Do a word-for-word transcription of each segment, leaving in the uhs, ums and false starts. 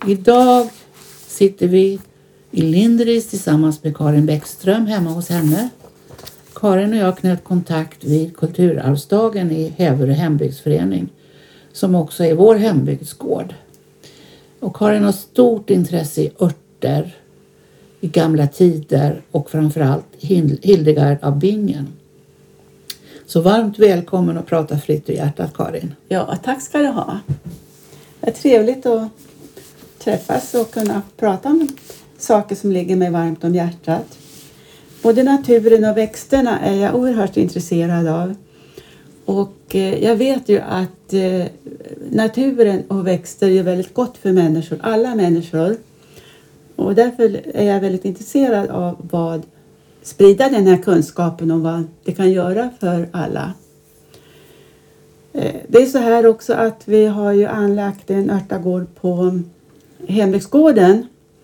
Idag sitter vi i Lindris tillsammans med Karin Bäckström hemma hos henne. Karin och jag knöt kontakt vid Kulturarvsdagen i Häverö hembygdsförening som också är vår hembygdsgård. Och Karin har stort intresse i örter, i gamla tider och framförallt Hildegard av Bingen. Så varmt välkommen att prata fritt ur hjärtat, Karin. Ja, tack ska du ha. Det är trevligt att träffas och kunna prata om saker som ligger mig varmt om hjärtat. Både naturen och växterna är jag oerhört intresserad av. Och jag vet ju att naturen och växter är väldigt gott för människor, alla människor. Och därför är jag väldigt intresserad av vad sprida den här kunskapen om vad det kan göra för alla. Det är så här också att vi har ju anlagt en örtagård på hembygdsgården.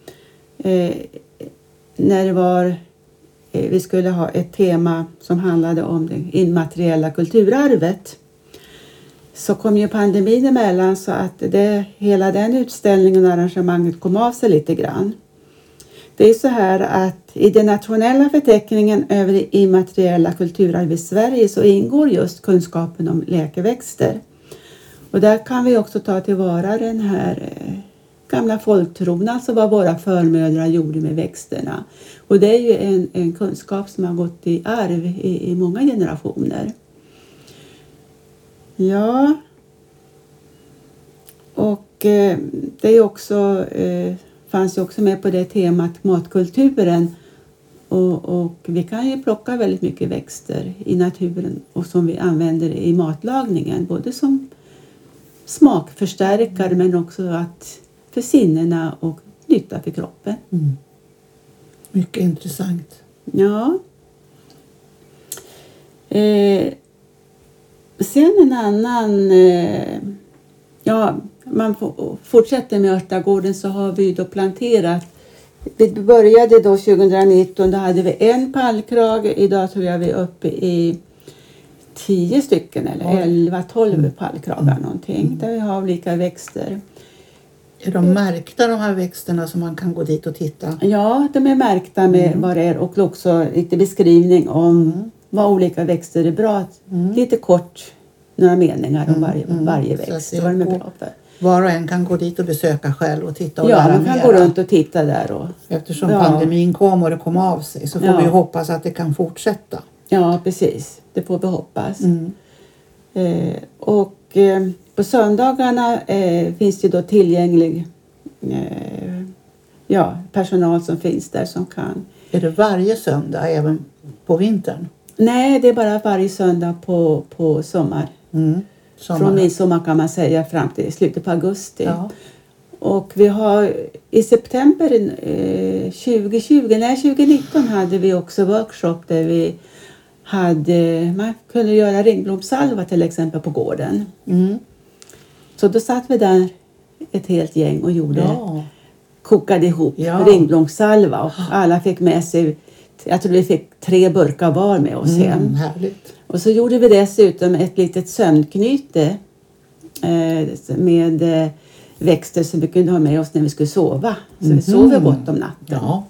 När det var, vi skulle ha ett tema som handlade om det immateriella kulturarvet. Så kom ju pandemin emellan så att det, hela den utställningen och arrangemanget kom av sig lite grann. Det är så här att i den nationella förteckningen över det immateriella kulturarvet i Sverige så ingår just kunskapen om läkeväxter. Och där kan vi också ta tillvara den här eh, gamla folktron, alltså vad våra förmödrar gjorde med växterna. Och det är ju en, en kunskap som har gått i arv i, i många generationer. Ja, och eh, det är också... Eh, fanns ju också med på det temat matkulturen och, och vi kan ju plocka väldigt mycket växter i naturen och som vi använder i matlagningen både som smakförstärkare men också att för sinnena och nytta för kroppen. Mm. Mycket intressant. Ja. Eh, sen en annan eh, ja man fortsätter med örtagården så har vi då planterat. Vi började då tjugonitton, då hade vi en pallkrage. Idag tror jag vi är uppe i tio stycken eller elva tolv mm. pallkragar mm. någonting. Mm. Där vi har olika växter. Är de märkta de här växterna som man kan gå dit och titta? Ja, de är märkta med mm. vad det är och också lite beskrivning om mm. vad olika växter är bra. Mm. Lite kort några meningar om varje, mm. varje växt. Vad de är bra för. Var och en kan gå dit och besöka själv och titta och ja, lära man kan mera. gå runt och titta där. Och, Eftersom ja. pandemin kom och det kom av sig så får ja. vi hoppas att det kan fortsätta. Ja, precis. Det får vi hoppas. Mm. Eh, och eh, på söndagarna eh, finns det då tillgänglig eh, ja, personal som finns där som kan. Är det varje söndag även på vintern? Nej, det är bara varje söndag på, på sommar. Mm. Sommar. Från midsommar kan man säga fram till slutet på augusti. Ja. Och vi har i september eh, tjugo tjugo, nej tjugonitton hade vi också workshop där vi hade, man kunde göra ringblomsalva till exempel på gården. Mm. Så då satt vi där ett helt gäng och gjorde, ja. kokade ihop ja. ringblomsalva och alla fick med sig, jag tror vi fick tre burkar var med oss mm, hem. Härligt. Och så gjorde vi dessutom ett litet sömnknyte eh, med eh, växter som vi kunde ha med oss när vi skulle sova. Så mm. vi sover gott om natten. Ja.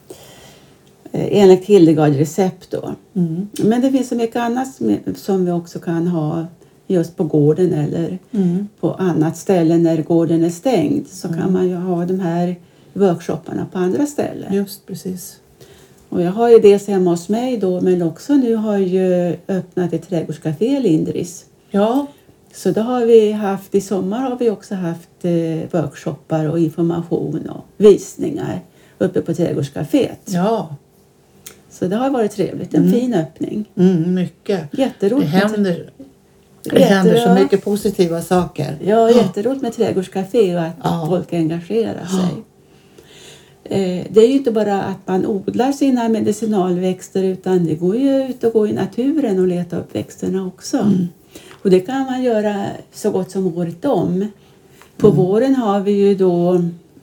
Eh, enligt Hildegard recept då. Mm. Men det finns så mycket annat som, som vi också kan ha just på gården eller mm. på annat ställe när gården är stängd. Så mm. kan man ju ha de här workshopparna på andra ställen. Just precis. Och jag har ju dels hemma hos mig då, men också nu har jag ju öppnat ett trädgårdscafé i Lindris. Ja. Så då har vi haft, i sommar har vi också haft eh, workshoppar och information och visningar uppe på trädgårdscaféet. Ja. Så det har varit trevligt, en mm. fin öppning. Mm, mycket. Jätteroligt. Det händer, det händer så mycket positiva saker. Ja, jätteroligt med trädgårdscafé och att ja. folk engagerar sig. Ja. Det är ju inte bara att man odlar sina medicinalväxter utan det går ju ut och gå i naturen och leta upp växterna också. Mm. Och det kan man göra så gott som året om. På mm. våren har vi ju då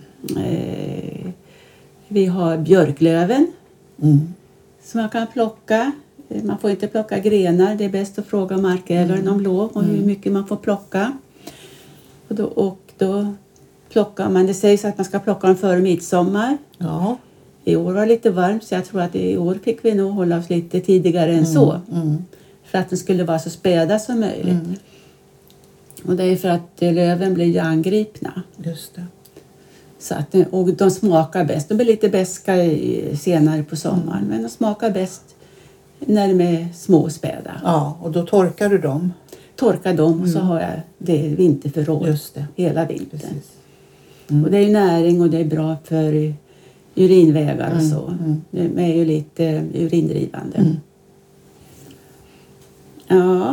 eh, vi har björklöven mm. som man kan plocka. Man får inte plocka grenar, det är bäst att fråga markägaren mm. om lov och hur mycket man får plocka. Och då, och då plockar man. Det sägs att man ska plocka dem före midsommar. Ja. I år var det lite varmt så jag tror att i år fick vi nog hålla oss lite tidigare än Mm. så. Mm. För att den skulle vara så späda som möjligt. Mm. Och det är för att löven blir ju angripna. Just det. Så att, och de smakar bäst. De blir lite beska i- senare på sommaren. Mm. Men de smakar bäst när de är små och späda. Ja, och då torkar du dem. Torkar dem och så Mm. har jag det vinterförråd Just det. hela vintern. Precis. Och det är ju näring och det är bra för urinvägar och Mm, så. mm. De är ju lite urindrivande. Mm. Ja.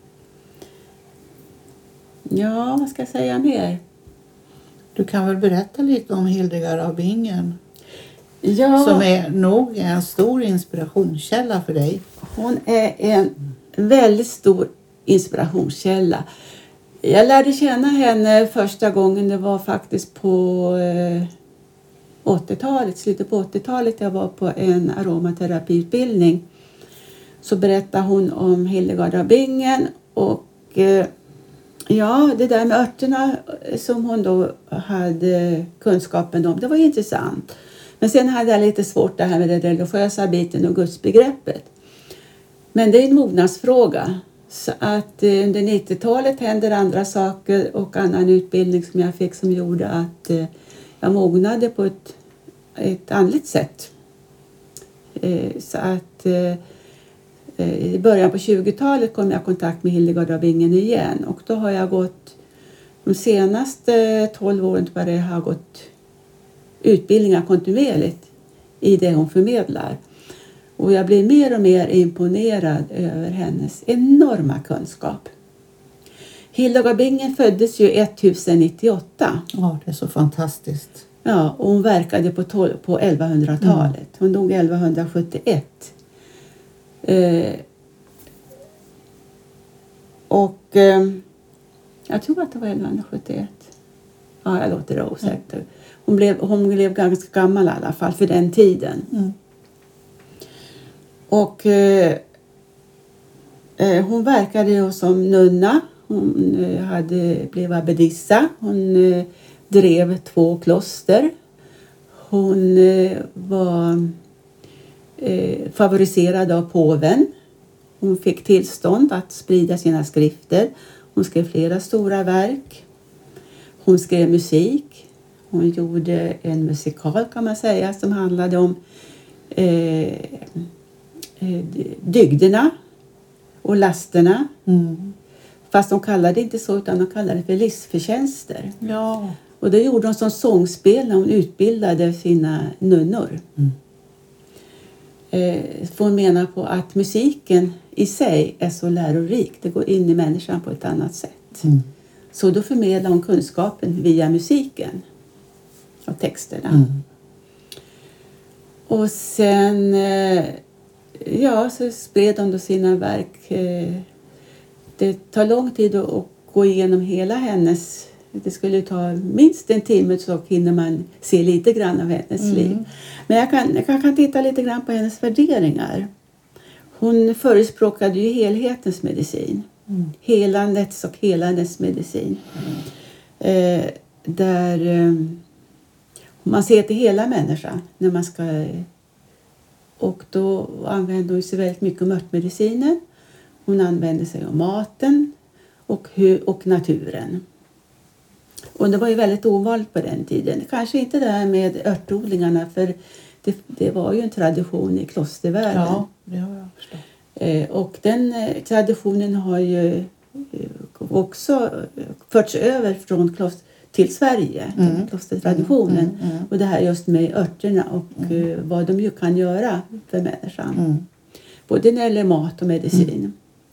Ja, vad ska jag säga mer? Du kan väl berätta lite om Hildegard av Bingen. Ja, Som är nog en stor inspirationskälla för dig. hon är en väldigt stor inspirationskälla. Jag lärde känna henne första gången, det var faktiskt på eh, åttiotalet, slutet på åttiotalet. Jag var på en aromaterapiutbildning. Så berättade hon om Hildegard av Bingen och eh, ja, det där med örterna som hon då hade kunskapen om, det var intressant. Men sen hade jag lite svårt det här med den religiösa biten och gudsbegreppet. Men det är en mognadsfråga. Så att eh, under nittiotalet händer andra saker och annan utbildning som jag fick som gjorde att eh, jag mognade på ett, ett andligt sätt. Eh, så att eh, i början på tjugotalet kom jag i kontakt med Hildegard av Bingen igen. Och då har jag gått de senaste tolv åren tror jag har gått utbildningar kontinuerligt i det hon förmedlar. Och jag blir mer och mer imponerad över hennes enorma kunskap. Hildegard av Bingen föddes ju ettusennittioåtta. Ja, det är så fantastiskt. Ja, och hon verkade på, tolv, på elvahundratalet. Hon dog elvahundrasjuttioett. Eh, och eh, jag tror att det var elvahundrasjuttioett. Ja, jag låter det osäkert. Mm. Hon, blev, hon blev ganska gammal i alla fall för den tiden. Mm. Och eh, eh, hon verkade ju som nunna. Hon eh, hade, blev abbedissa. Hon eh, drev två kloster. Hon eh, var eh, favoriserad av påven. Hon fick tillstånd att sprida sina skrifter. Hon skrev flera stora verk. Hon skrev musik. Hon gjorde en musikal kan man säga som handlade om eh, dygderna och lasterna. Mm. Fast de kallade det inte så utan de kallade det för livsförtjänster. Ja. Och det gjorde hon som sångspel när hon utbildade sina nunnor. Mm. Eh, för hon menar på att musiken i sig är så lärorik. Det går in i människan på ett annat sätt. Mm. Så då förmedlar hon kunskapen via musiken och texterna. Mm. Och sen eh, ja, så spred de då sina verk. Eh, det tar lång tid att, att gå igenom hela hennes. Det skulle ta minst en timme så hinner man se lite grann av hennes Mm. liv. Men jag kan, jag kan titta lite grann på hennes värderingar. Hon förespråkade ju helhetens medicin. Mm. Helandets och helandets medicin. Mm. Eh, där eh, man ser till hela människan när man ska. Och då använder hon sig väldigt mycket om örtmedicinen. Hon använder sig av maten och, och naturen. Och det var ju väldigt ovanligt på den tiden. Kanske inte det här med örtodlingarna för det, det var ju en tradition i klostervärlden. Ja, det har jag förstått. Eh, och den eh, traditionen har ju eh, också förts över från kloster till Sverige. Mm. Till klostertraditionen. Mm, mm, mm. Och det här just med örterna och Mm. eh, vad de ju kan göra för människan. Mm. Både när det gäller mat och medicin.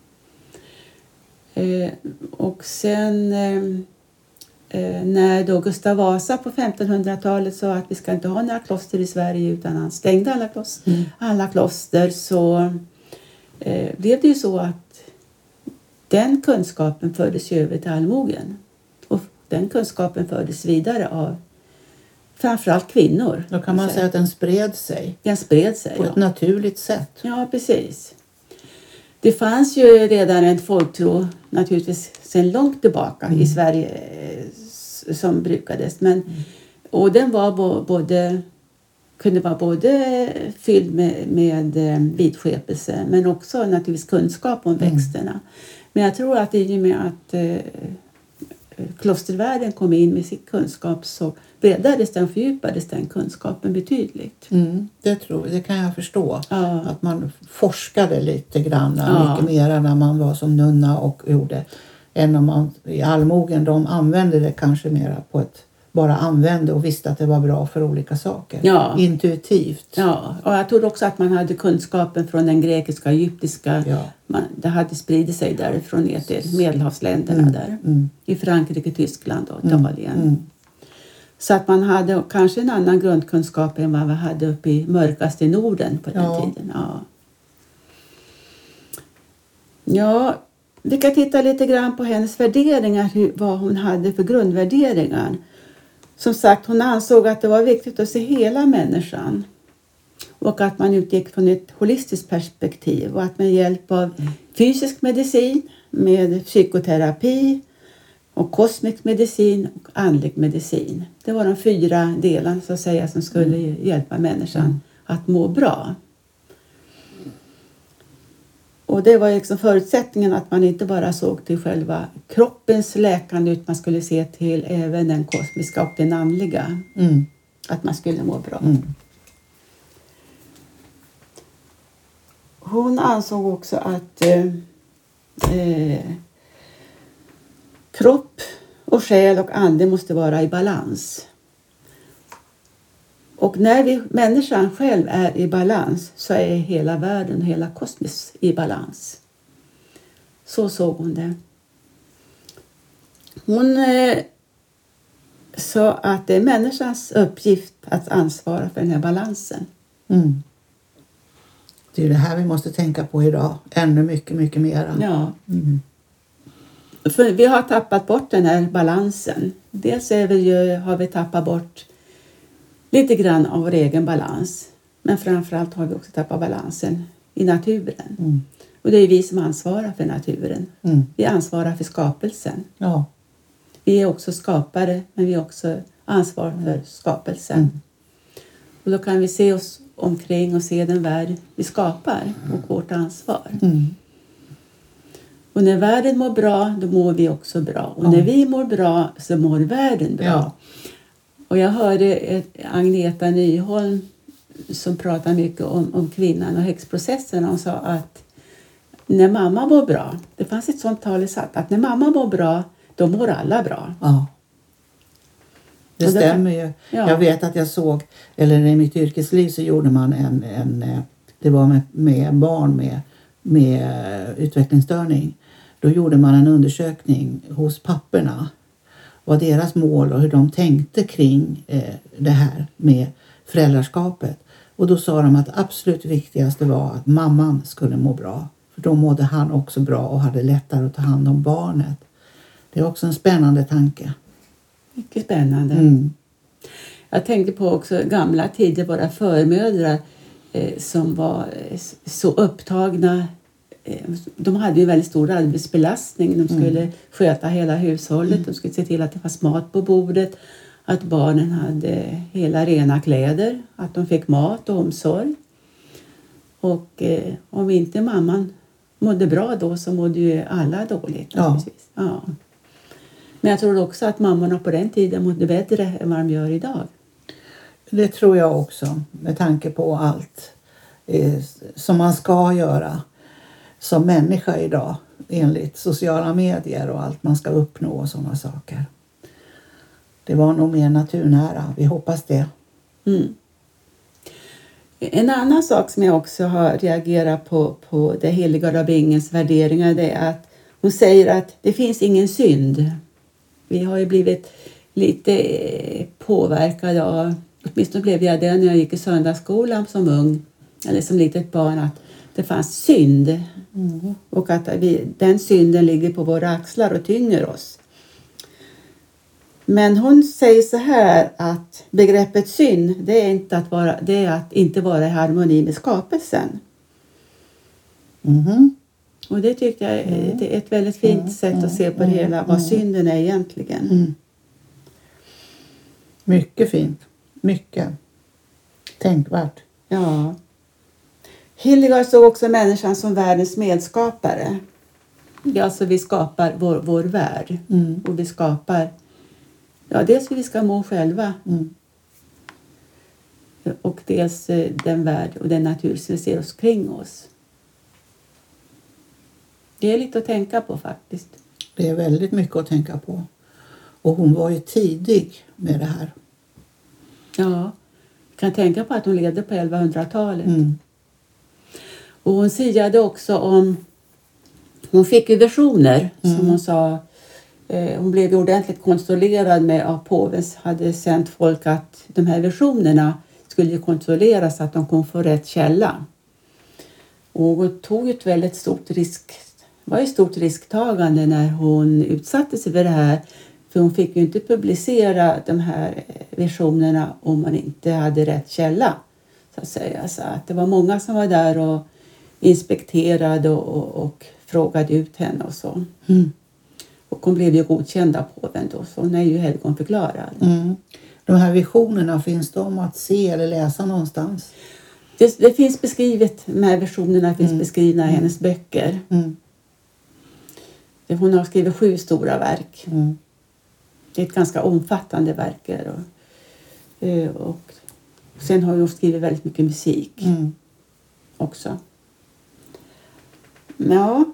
Eh, och sen eh, eh, när då Gustav Vasa på femtonhundratalet sa att vi ska inte ha några kloster i Sverige utan han stängde alla kloster, Mm. alla kloster så eh, blev det ju så att den kunskapen fördes över till allmogen. Och den kunskapen fördes vidare av framförallt kvinnor. Då kan man säga att den spred sig Den spred sig. på ja. ett naturligt sätt. Ja, precis. Det fanns ju redan en folktro naturligtvis sedan långt tillbaka Mm. i Sverige som brukades. Men, mm. Och den var bo, både, kunde vara både fylld med, med vidskepelse men också naturligtvis kunskap om mm. växterna. Men jag tror att i och med att eh, klostervärlden kom in med sin kunskap så breddades den, fördjupades den kunskapen betydligt. Mm, det, tror, det kan jag förstå. Ja. Att man forskade lite grann, ja. mycket mer när man var som nunna och gjorde. Än om man i allmogen, de använde det kanske mera på ett, bara använde och visste att det var bra för olika saker. Ja. Intuitivt. Ja, och jag tror också att man hade kunskapen från den grekiska och egyptiska. Ja. Man, det hade spridit sig därifrån ner till Medelhavsländerna mm. där. Mm. I Frankrike, Tyskland och mm. Italien. Mm. Så att man hade kanske en annan grundkunskap än vad vi hade uppe i mörkaste Norden på den ja. tiden. Ja. Ja, vi kan titta lite grann på hennes värderingar, hur, vad hon hade för grundvärderingar. Som sagt, hon ansåg att det var viktigt att se hela människan. Och att man utgick från ett holistiskt perspektiv. Och att med hjälp av fysisk medicin, med psykoterapi och kosmisk medicin och andlig medicin. Det var de fyra delarna så att säga som skulle hjälpa människan mm. att må bra. Och det var liksom förutsättningen att man inte bara såg till själva kroppens läkande utan man skulle se till även den kosmiska och den andliga. Mm. Att man skulle må bra. Mm. Hon ansåg också att eh, eh, kropp och själ och ande måste vara i balans. Och när vi, människan själv är i balans så är hela världen, hela kosmos i balans. Så såg hon det. Hon eh, sa att det är människans uppgift att ansvara för den här balansen. Mm. Det är det här vi måste tänka på idag. Ännu mycket, mycket mer. Ja. Mm. För vi har tappat bort den här balansen. Dels är vi ju, har vi tappat bort lite grann av vår egen balans. Men framförallt har vi också tappat balansen i naturen. Mm. Och det är vi som ansvarar för naturen. Mm. Vi ansvarar för skapelsen. Ja. Vi är också skapare men vi är också ansvar för skapelsen. Mm. Och då kan vi se oss omkring och se den värld vi skapar och vårt ansvar. Mm. Och när världen mår bra, då mår vi också bra. Och ja. när vi mår bra så mår världen bra. Ja. Och jag hörde ett Agneta Nyholm som pratar mycket om, om kvinnan och häxprocessen. Hon sa att när mamma mår bra, det fanns ett sånt talesätt, att när mamma mår bra, då mår alla bra. Ja. Det stämmer ju. Ja. Jag vet att jag såg, eller i mitt yrkesliv så gjorde man en, en det var med, med barn med, med utvecklingsstörning. Då gjorde man en undersökning hos papporna. Vad deras mål och hur de tänkte kring eh, det här med föräldraskapet. Och då sa de att det absolut viktigaste var att mamman skulle må bra. För då mådde han också bra och hade lättare att ta hand om barnet. Det är också en spännande tanke. Mycket spännande. Mm. Jag tänkte på också gamla tider, våra förmödrar eh, som var eh, så upptagna. Eh, de hade ju en väldigt stor arbetsbelastning. De skulle mm. sköta hela hushållet. Mm. De skulle se till att det fanns mat på bordet. Att barnen hade hela rena kläder. Att de fick mat och omsorg. Och eh, om inte mamman mådde bra då så mådde ju alla dåligt. Ja. Ja. Men jag tror också att mammorna på den tiden mådde bättre än vad de gör idag. Det tror jag också. Med tanke på allt eh, som man ska göra som människa idag. Enligt sociala medier och allt man ska uppnå och sådana saker. Det var nog mer naturnära. Vi hoppas det. Mm. En annan sak som jag också har reagerat på på det heliga rabbingens värderingar, det är att hon säger att det finns ingen synd. Vi har ju blivit lite påverkade av, åtminstone blev jag det när jag gick i söndagsskolan som ung eller som litet barn, att det fanns synd. Mm. Och att vi, den synden ligger på våra axlar och tynger oss. Men hon säger så här att begreppet synd, det är inte att vara, det är att inte vara i harmoni med skapelsen. Mm. Och det tycker jag är, det är ett väldigt fint mm. sätt att se på det hela, vad synden är egentligen. Mm. Mycket fint. Mycket. Tänkvärt. Ja. Hildegard såg också människan som världens medskapare. Ja, alltså vi skapar vår, vår värld. Mm. Och vi skapar, ja, dels hur vi ska må själva. Mm. Och dels den värld och den natur som vi ser oss kring oss. Det är lite att tänka på faktiskt. Det är väldigt mycket att tänka på. Och hon var ju tidig med det här. Ja, jag kan tänka på att hon levde på elvahundratalet. Mm. Och hon siade också om, hon fick ju visioner Mm. som hon sa. Eh, hon blev ju ordentligt kontrollerad med att påven hade sänt folk att de här visionerna skulle kontrolleras så att de kom få rätt källa. Och hon tog ett väldigt stort risk, var ett stort risktagande när hon utsatte sig för det här. För hon fick ju inte publicera de här visionerna om man inte hade rätt källa. Så att säga. Så att det var många som var där och inspekterade och, och, och frågade ut henne och så. Mm. Och hon blev ju godkänd av påven då, så hon är ju helgonförklarad. Mm. De här visionerna, finns de att se eller läsa någonstans? Det, det finns beskrivet, de här visionerna finns Mm. beskrivna beskrivna i hennes böcker. Mm. Hon har skrivit sju stora verk. Mm. Det är ett ganska omfattande verk. Och, och sen har hon skrivit väldigt mycket musik Mm. också. Ja.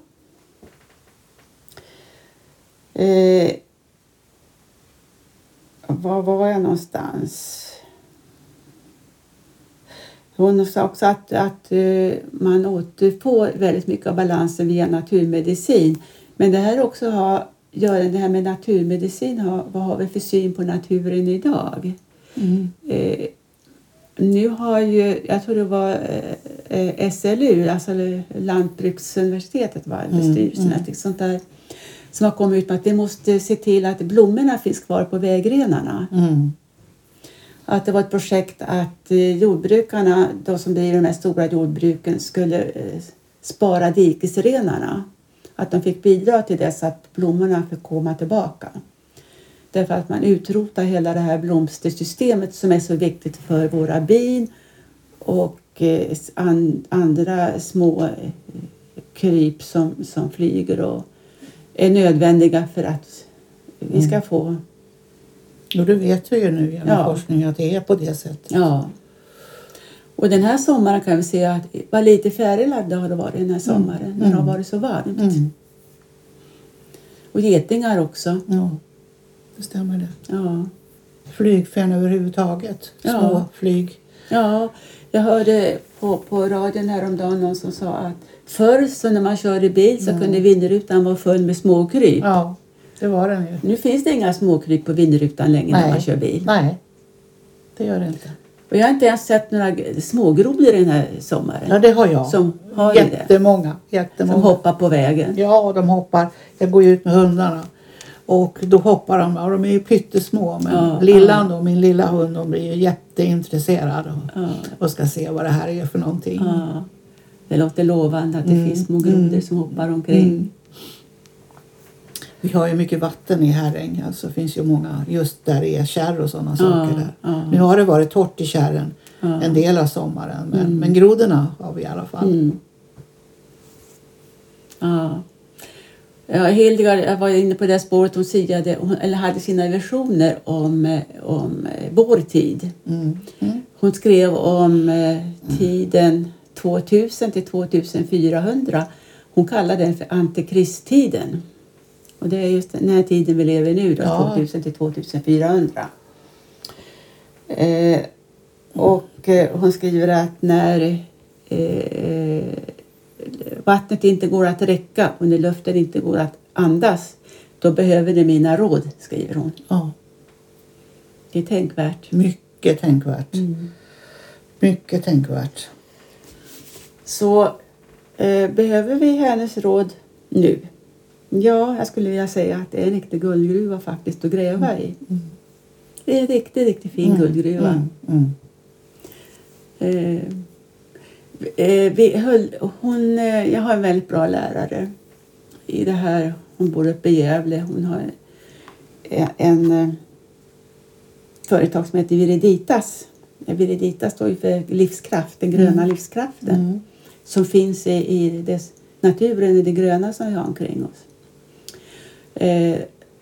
Eh, var var jag någonstans? Hon sa också att, att uh, man återfår väldigt mycket av balansen via naturmedicin. Men det här också har, gör det här med naturmedicin, har, vad har vi för syn på naturen idag? Mm. Eh, nu har ju, jag tror det var eh, S L U, alltså Lantbruksuniversitetet, var det, Mm, styrelsen, mm. sånt där, som har kommit ut med att vi måste se till att blommorna finns kvar på vägrenarna. Mm. Att det var ett projekt att eh, jordbrukarna, de som driver de här stora jordbruken, skulle eh, spara dikesrenarna. Att de fick bidra till det så att blommorna fick komma tillbaka. Därför att man utrotar hela det här blomstersystemet som är så viktigt för våra bin och eh, an, andra små eh, kryp som, som flyger och är nödvändiga för att vi ska få. Och det vet vi ju nu genom Ja. forskning att det är på det sättet. Ja. Och den här sommaren kan vi se att vad lite färilar det har det varit den här sommaren. Mm. När det har varit så varmt. Mm. Och getingar också. Ja, det stämmer det. Ja. Flygfän överhuvudtaget. Små Ja. flyg. Ja, jag hörde på, på radion häromdagen någon som sa att förr så när man körde bil så Mm. kunde vindrutan vara full med småkryp. Ja, det var den ju. Nu finns det inga småkryp på vindrutan längre när Nej. man kör bil. Nej, det gör det inte. Och jag har inte ens sett några smågrodor den här sommaren. Ja, det har jag. Som har ju det. Jättemånga. Jättemånga. Som hoppar på vägen. Ja, de hoppar. Jag går ju ut med hundarna. Och då hoppar de. Och de är ju pyttesmå. Men Ja, lillan då, min lilla hund, de blir ju jätteintresserad. Och, Ja. och ska se vad det här är för någonting. Ja. Det låter lovande att det Mm. finns små grodor Mm. som hoppar omkring. Mm. Vi har ju mycket vatten i Herräng. Alltså det finns ju många, just där det är kärr och sådana saker där. ja. Nu har det varit torrt i kärren Ja. en del av sommaren. Men, Mm. men grodorna har vi i alla fall. Mm. Ja. Ja, Hildegard, jag var inne på det spåret, hon siade, hon, eller hade sina visioner om, eh, om eh, vår tid. Mm. Mm. Hon skrev om eh, tiden tvåtusen till tvåtusenfyrahundra. Hon kallade den för antikristtiden. Och det är just den här tiden vi lever nu då, Ja. tvåtusen till tvåtusenfyrahundra. Eh, och eh, hon skriver att när eh, vattnet inte går att räcka och när luften inte går att andas, då behöver det mina råd, skriver hon. Ja, Det är tänkvärt. mycket tänkvärt. Mm. Mycket tänkvärt. Så eh, behöver vi hennes råd nu? Ja, jag skulle vilja säga att det är en riktig guldgruva faktiskt att gräva i. Mm. Det är en riktigt, riktigt fin Mm. guldgruva. Mm. Mm. Eh, eh, vi höll, hon, eh, jag har en väldigt bra lärare i det här. Hon bor uppe i Gävle. Hon har en, en företag som heter Viriditas. Viriditas står ju för livskraft, den gröna mm. livskraften. Mm. Som finns i, i dess naturen, i det gröna som vi har omkring oss. Eh,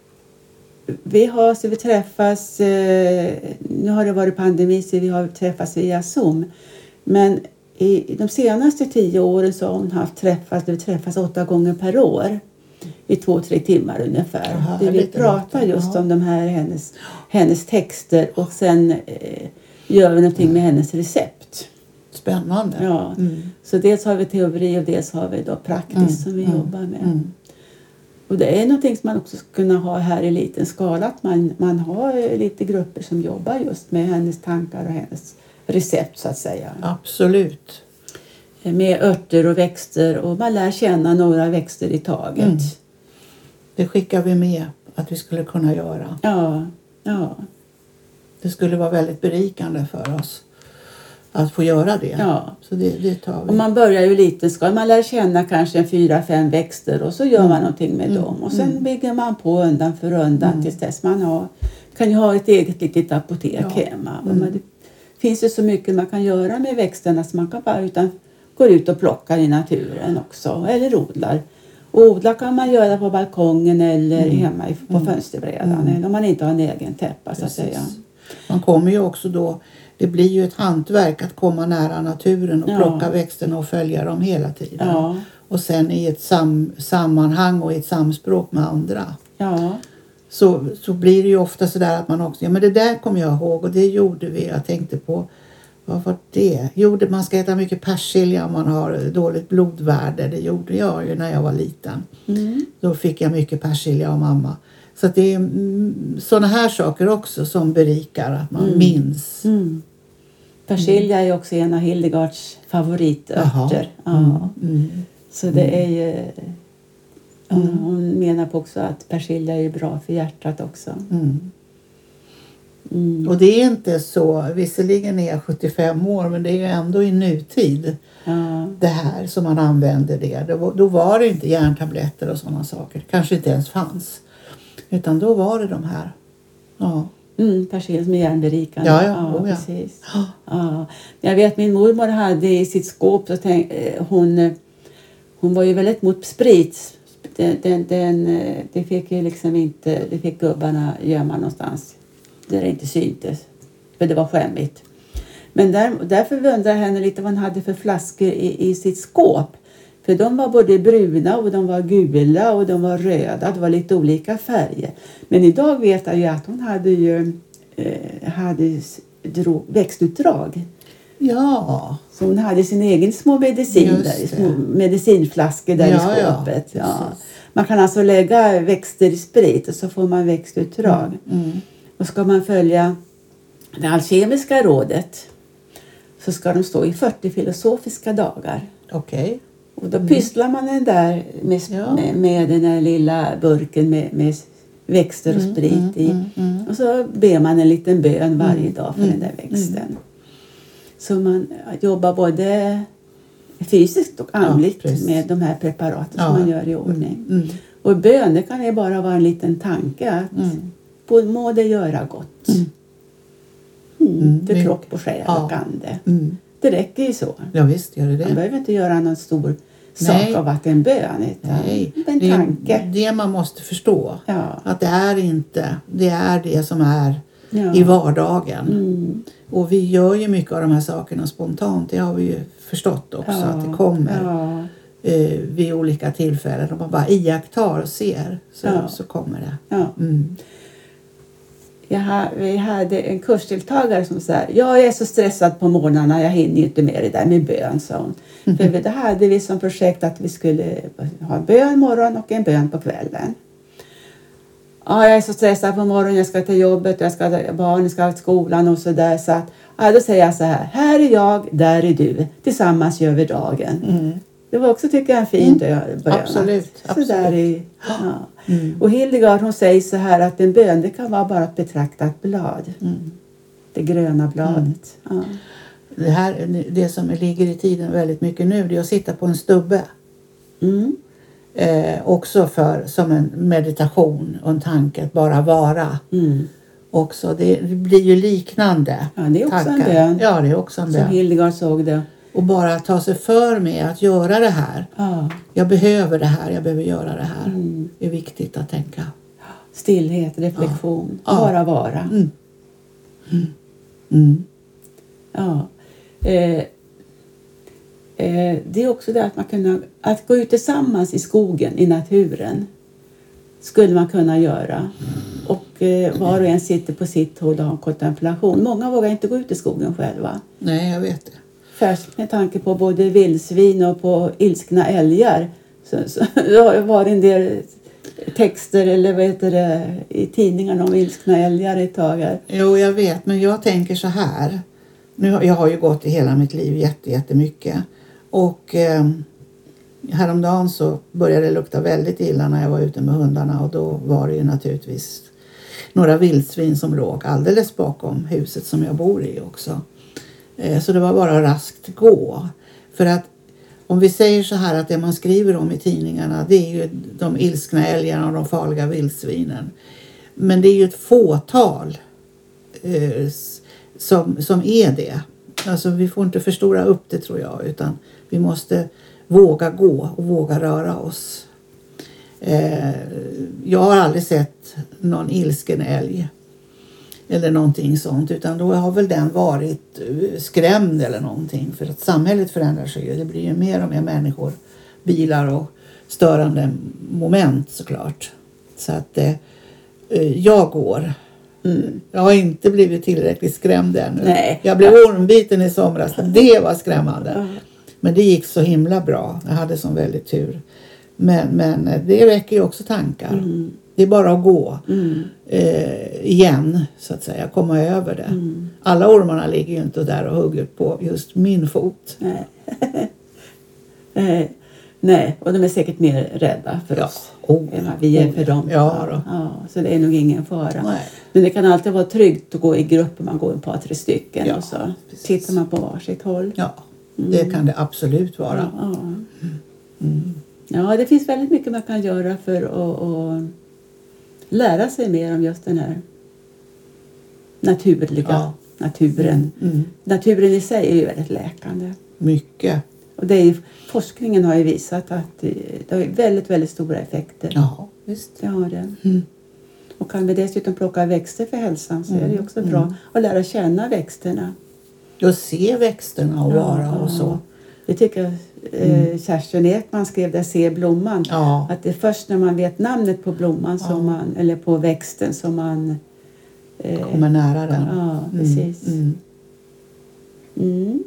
vi har, så vi träffas, eh, nu har det varit pandemi så vi har träffats via Zoom. Men i de senaste tio åren så har hon haft träffas, vi träffas åtta gånger per år. I två, tre timmar ungefär. Aha, det vi pratar just Aha. om de här hennes, hennes texter och sen eh, gör vi någonting med hennes recept. Spännande. Ja. Mm. Så dels har vi teori och dels har vi då praktiskt mm. som vi mm. jobbar med. Mm. Och det är någonting som man också ska kunna ha här i liten skala. Att man, man har lite grupper som jobbar just med hennes tankar och hennes recept så att säga. Absolut. Med örter och växter och man lär känna några växter i taget. Mm. Det skickar vi med att vi skulle kunna göra. Ja, ja. Det skulle vara väldigt berikande för oss att få göra det. Ja. Så det, det tar vi. Och man börjar ju lite, ska man lär känna kanske en fyra, fem växter och så gör mm. man någonting med mm. dem. Och sen mm. bygger man på undan för undan mm. tills dess man har, kan ju ha ett eget litet apotek ja. hemma. Mm. Men det finns ju så mycket man kan göra med växterna så man kan bara utan går ut och plockar i naturen också. Eller odlar. Och odla kan man göra på balkongen eller mm. hemma på mm. fönsterbrädan. Mm. Eller om man inte har en egen täppa så att säga. Man kommer ju också då, det blir ju ett hantverk att komma nära naturen och ja. plocka växterna och följa dem hela tiden. Ja. Och sen i ett sam, sammanhang och i ett samspråk med andra. Ja. Så, så blir det ju ofta sådär att man också, ja men det där kommer jag ihåg och det gjorde vi. Jag tänkte på, vad var det? Jo, man ska äta mycket persilja om man har dåligt blodvärde. Det gjorde jag ju när jag var liten. Mm. Då fick jag mycket persilja av mamma. Så att det är sådana här saker också som berikar att man mm. minns. Mm. Persilja är också en av Hildegards favoritörter. Ja. Mm. Så det är ju... Mm. Hon menar på också att persilja är bra för hjärtat också. Mm. Mm. Och det är inte så, visserligen är jag sjuttiofem år men det är ju ändå i nutid ja. det här som man använder det. Då, då var det inte järntabletter och sådana saker. Kanske inte ens fanns. Utan då var det de här. Ja. Mm, persilja som är järnberikande. Ja, ja. ja, Oh, ja. Precis. Ja. Jag vet min mormor hade i sitt skåp så tänk, hon, hon var ju väldigt mot sprit. Den, den, den, det fick ju liksom inte, det fick gubbarna gömma någonstans. Där det inte syntes. För det var skämmigt. Men där, därför undrar jag henne lite vad hon hade för flaskor i, i sitt skåp. För de var både bruna och de var gula och de var röda. Det var lite olika färger. Men idag vet jag ju att hon hade ju eh, hade drog, växtutdrag. Ja. Så hon hade sin egen små medicin där, små medicinflaskor där ja, i skåpet. Ja. Ja. Man kan alltså lägga växter i sprit och så får man växtutdrag. Mm. Mm. Och ska man följa det alkemiska rådet så ska de stå i fyrtio filosofiska dagar. Okej. Okay. Och då pysslar man den där med, ja. med, med den där lilla burken med, med växter och sprit mm, mm, i. Mm, mm. Och så ber man en liten bön varje dag för mm, den där växten. Mm. Så man jobbar både fysiskt och andligt ja, med de här preparaten ja. som man gör i ordning. Mm, mm. Och bön, det kan ju bara vara en liten tanke att mm. på må det göra gott. Mm. Mm. Mm. För kropp och själ ja. och ande. Mm. Det räcker ju så. Ja visst gör det det. Man behöver inte göra någon stor sak Nej. av att det är en bön. Nej. En det tanke. är det man måste förstå. Ja. Att det är inte, det är det som är ja. i vardagen. Mm. Och vi gör ju mycket av de här sakerna spontant. Det har vi ju förstått också ja. att det kommer ja. eh, vid olika tillfällen. Om man bara iakttar och ser så, ja. så kommer det. Ja. Mm. Jag ha, vi hade en kursdeltagare som sa jag är så stressad på morgnarna, jag hinner inte med det där med bön, sa hon. Mm. För det hade vi som projekt att vi skulle ha bön morgon och en bön på kvällen. Ja, jag är så stressad på morgonen, jag ska till jobbet, jag ska barnen ska till skolan och så där. Så att, ja, då säger jag så här, här är jag, där är du, tillsammans gör vi dagen. Mm. Det var också tycker jag en fin mm. bön. Absolut. Så absolut. där är, ja. Mm. Och Hildegard hon säger så här att en bön det kan vara bara ett betraktat blad. Mm. Det gröna bladet. Mm. Ja. Det, här, det som ligger i tiden väldigt mycket nu det är att sitta på en stubbe. Mm. Eh, också för, som en meditation och en tanke att bara vara. Mm. också. Det blir ju liknande. Ja, det är också tankar. en bön. Ja, det är också en bön. Som Hildegard såg det. Och bara ta sig för med att göra det här. Ja. Jag behöver det här, jag behöver göra det här. Mm. Det är viktigt att tänka. Stillhet, reflektion, Ja. bara vara. Mm. Mm. Mm. Ja. Eh, eh, det är också det att man kunna, att gå ut tillsammans i skogen, i naturen. Skulle man kunna göra. Och eh, var och en sitter på sitt håll och har en kontemplation. Många vågar inte gå ut i skogen själva. Nej, jag vet det. Färsk med tanke på både vildsvin och på ilskna älgar. Så, så det har varit en del texter eller vad heter det, i tidningarna om ilskna älgar ett tag här. Jo, jag vet, men jag tänker så här. Nu, jag har ju gått i hela mitt liv jätte, jättemycket. Och eh, häromdagen så började det lukta väldigt illa när jag var ute med hundarna. Och då var det ju naturligtvis några vildsvin som låg alldeles bakom huset som jag bor i också. Eh, så det var bara raskt gå. För att om vi säger så här att det man skriver om i tidningarna, det är ju de ilskna älgarna och de farliga vildsvinen. Men det är ju ett fåtal eh, som, som är det. Alltså vi får inte förstora upp det, tror jag, utan vi måste våga gå och våga röra oss. Eh, jag har aldrig sett någon ilsken älg eller någonting sånt, utan då har väl den varit skrämd eller någonting, för att samhället förändrar sig ju. Det blir ju mer och mer människor, bilar och störande moment såklart. Så att eh, jag går. Mm. Jag har inte blivit tillräckligt skrämd ännu. Nej. Jag blev ormbiten i somras. Det var skrämmande. Mm. Men det gick så himla bra. Jag hade sån väldigt tur. Men, men det väcker ju också tankar. Mm. Det är bara att gå mm. eh, igen, så att säga. Komma över det. Mm. Alla ormarna ligger ju inte där och hugger på just min fot. Nej. Nej, och de är säkert mer rädda för ja. oss oh, än vad vi är för dem. Ja, då. Ja, så det är nog ingen fara. Nej. Men det kan alltid vara tryggt att gå i grupp om man går ett par, tre stycken. Ja, och så precis. tittar man på varsitt håll. Ja, det mm. kan det absolut vara. Ja, ja. Mm. ja, det finns väldigt mycket man kan göra för att, att lära sig mer om just den här naturliga ja. naturen. Mm. Mm. Naturen i sig är ju väldigt läkande. Mycket. Och det är ju, forskningen har ju visat att det, det har väldigt, väldigt stora effekter. Ja, visst. Det har det. Mm. Och kan vi dessutom plocka växter för hälsan så mm. är det ju också bra mm. att lära känna växterna. Och se växterna och vara ja, och så. Det tycker jag eh, mm. Kerstin Ekman skrev där, Se blomman. Ja. Att det är först när man vet namnet på blomman ja. som man, eller på växten som man eh, kommer nära den. Ja, precis. Mm. Mm.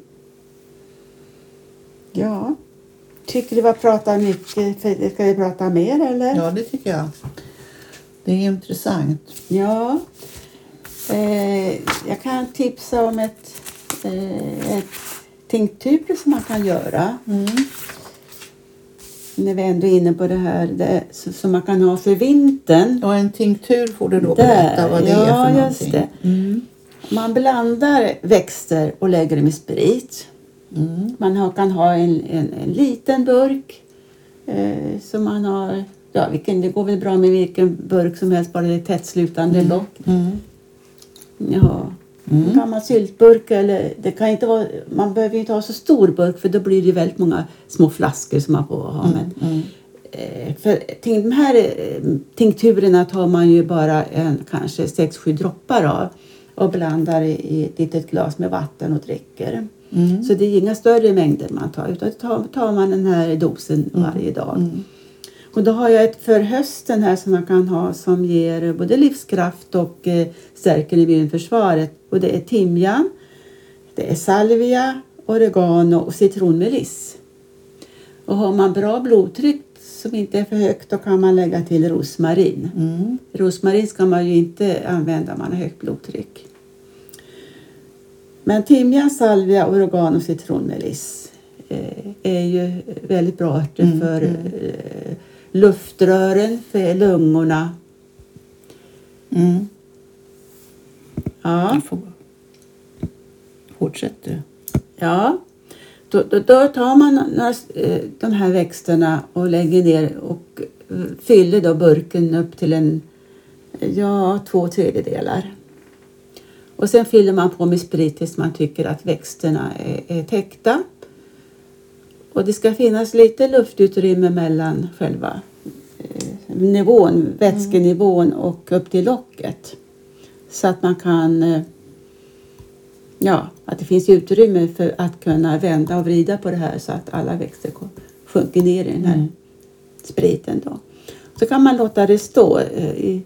Ja. Tycker du vi pratar mycket? Ska vi prata mer eller? Ja, det tycker jag. Det är intressant. Ja. Eh, jag kan tipsa om ett, eh, ett tinktur som man kan göra. Mm. När vi ändå är inne på det här. Det, så, som man kan ha för vintern. Och en tinktur får du då berätta vad det ja, är för någonting. Just det. Mm. Man blandar växter och lägger dem i sprit. Mm. Man har, kan ha en, en, en liten burk. Eh, som man har. Ja, vilken, det går väl bra med vilken burk som helst. Bara det är tättslutande mm. lock. Mm. Ja. Mm. En gammal syltburk. Eller, det kan inte vara, man behöver inte ha så stor burk. För då blir det väldigt många små flaskor som man får ha. Mm. Men, mm. eh, för de här eh, tinkturerna tar man ju bara en, kanske sex sju droppar av. Och blandar i, i ett litet glas med vatten och dricker. Mm. Så det är inga större mängder man tar. Utan tar, tar man den här dosen mm. varje dag. Mm. Och då har jag ett för hösten här som man kan ha. Som ger både livskraft och eh, stärker immunförsvaret. Och det är timjan. Det är salvia, oregano och citronmeliss. Och har man bra blodtryck som inte är för högt. Då kan man lägga till rosmarin. Mm. Rosmarin ska man ju inte använda om man har högt blodtryck. Men timjan, salvia, oregano och citronmeliss eh, är ju väldigt bra örter mm, för mm. Eh, luftrören, för lungorna. Mm. Ja. Fortsätt du. Ja. Då, då, då tar man några, eh, de här växterna och lägger ner och eh, fyller då burken upp till en, ja, två tredjedelar. Och sen fyller man på med sprit tills man tycker att växterna är, är täckta. Och det ska finnas lite luftutrymme mellan själva eh, nivån, vätskenivån och upp till locket. Så att man kan, eh, ja, att det finns utrymme för att kunna vända och vrida på det här så att alla växter sjunker ner i den här mm. spriten då. Så kan man låta det stå eh, i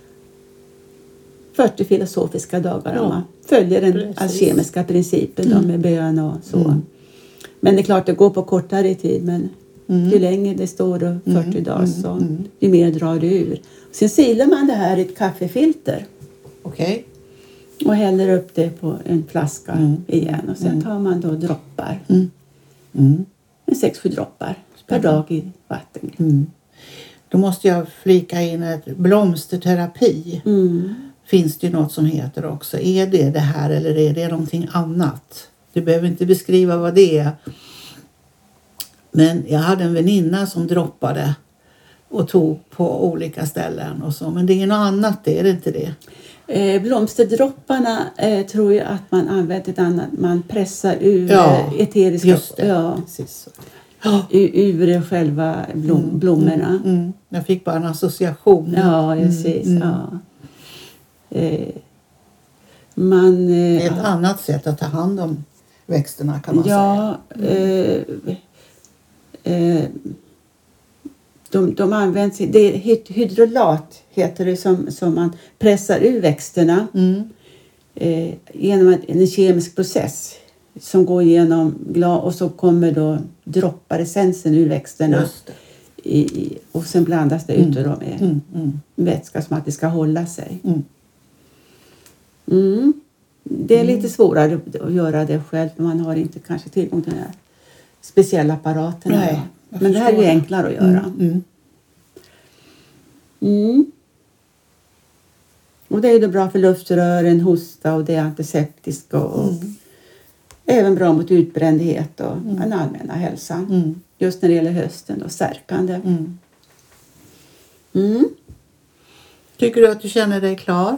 fyrtio filosofiska dagar, ja, om man följer den precis. alkemiska principen mm. då, med bön och så. Mm. Men det är klart det går på kortare tid, men mm. ju längre det står då, fyrtio mm. dagar, så mm. ju mer drar det ur. Sen silar man det här i ett kaffefilter. Okej. Okay. Och häller upp det på en flaska mm. igen. Och sen tar man då droppar. Mm. Mm. En sex, sju droppar per dag i vatten. Mm. Då måste jag flika in ett blomsterterapi. Mm. Finns det ju något som heter också. Är det det här eller är det någonting annat? Du behöver inte beskriva vad det är. Men jag hade en väninna som droppade och tog på olika ställen och så. Men det är något annat, det är det inte det? Eh, blomsterdropparna eh, tror jag att man använder ett annat. Man pressar ur ja, eh, eteriska... Just det, ja, precis så. Ur, ur själva blom, mm, blommorna. Mm, mm. Jag fick bara en association. Ja, precis. Mm, mm. Ja. Eh, man, eh, det är ett annat sätt att ta hand om växterna, kan man ja, säga. Eh, eh, de, de används, det är hydrolat heter det, som, som man pressar ur växterna mm. eh, genom en kemisk process som går igenom glas, och så kommer då droppar essensen ur växterna i, och sen blandas det mm. ut och då med mm. Mm. vätska som att det ska hålla sig. Mm. Mm. Det är mm. lite svårare att göra det själv, för man har inte kanske tillgång till den här speciella apparaten. Nej, men det här är ju enklare att göra. Mm. Mm. Mm. Och det är ju bra för luftrören, hosta, och det är antiseptiskt och mm. även bra mot utbrändhet och mm. den allmänna hälsan. Mm. Just när det gäller hösten och stärkande. Mm. Mm. Tycker du att du känner dig klar?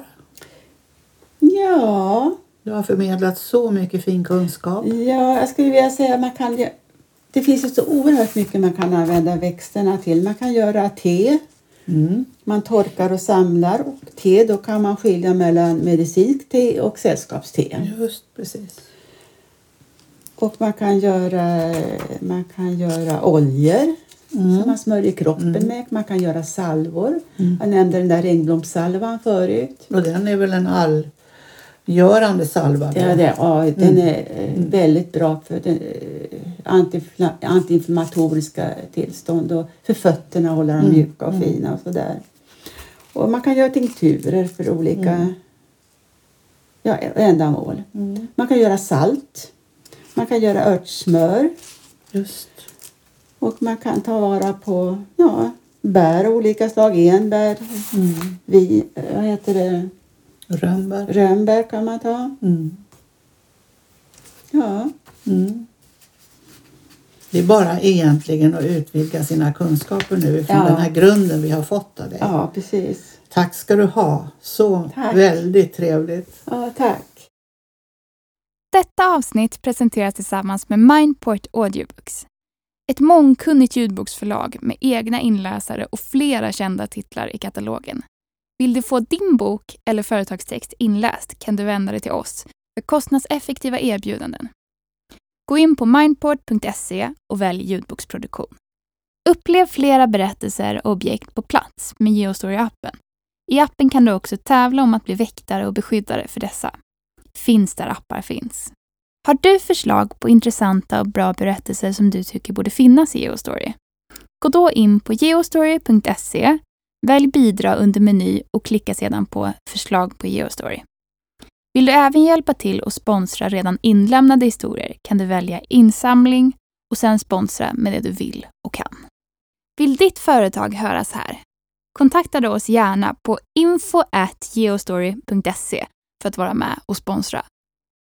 Ja. Du har förmedlat så mycket fin kunskap. Ja, jag skulle vilja säga att man kan... Det finns ju så oerhört mycket man kan använda växterna till. Man kan göra te. Mm. Man torkar och samlar. Och te, då kan man skilja mellan medicinsk te och sällskapste. Just precis. Och man kan göra, man kan göra oljor mm. som man smörjer kroppen mm. med. Man kan göra salvor. Mm. Jag nämnde den där regnblomssalvan förut. Och den är väl en allgörande salva? Ja, det, ja mm. den är mm. väldigt bra för den, antifla, antiinflammatoriska tillstånd. Och för fötterna håller de mm. mjuka och fina och sådär. Och man kan göra tinkturer för olika mm. ja, ändamål. Mm. Man kan göra salt. Man kan göra örtsmör. Just. Och man kan ta vara på ja, bär av olika slag. Enbär. Mm. Vi, vad heter det? Rönnbär. Rönnbär kan man ta. Mm. Ja. Mm. Det är bara egentligen att utvidga sina kunskaper nu från ja. den här grunden vi har fått av dig. Ja, precis. Tack ska du ha. Så tack. Väldigt trevligt. Ja, tack. Detta avsnitt presenteras tillsammans med Mindport Audiobooks. Ett mångkunnigt ljudboksförlag med egna inläsare och flera kända titlar i katalogen. Vill du få din bok eller företagstext inläst kan du vända dig till oss för kostnadseffektiva erbjudanden. Gå in på mindport punkt se och välj ljudboksproduktion. Upplev flera berättelser och objekt på plats med Geostory-appen. I appen kan du också tävla om att bli väktare och beskyddare för dessa. Finns där appar finns. Har du förslag på intressanta och bra berättelser som du tycker borde finnas i Geostory? Gå då in på geostory punkt se, välj bidra under meny och klicka sedan på förslag på Geostory. Vill du även hjälpa till och sponsra redan inlämnade historier kan du välja insamling och sen sponsra med det du vill och kan. Vill ditt företag höras här? Kontakta då oss gärna på info at geostory punkt se för att vara med och sponsra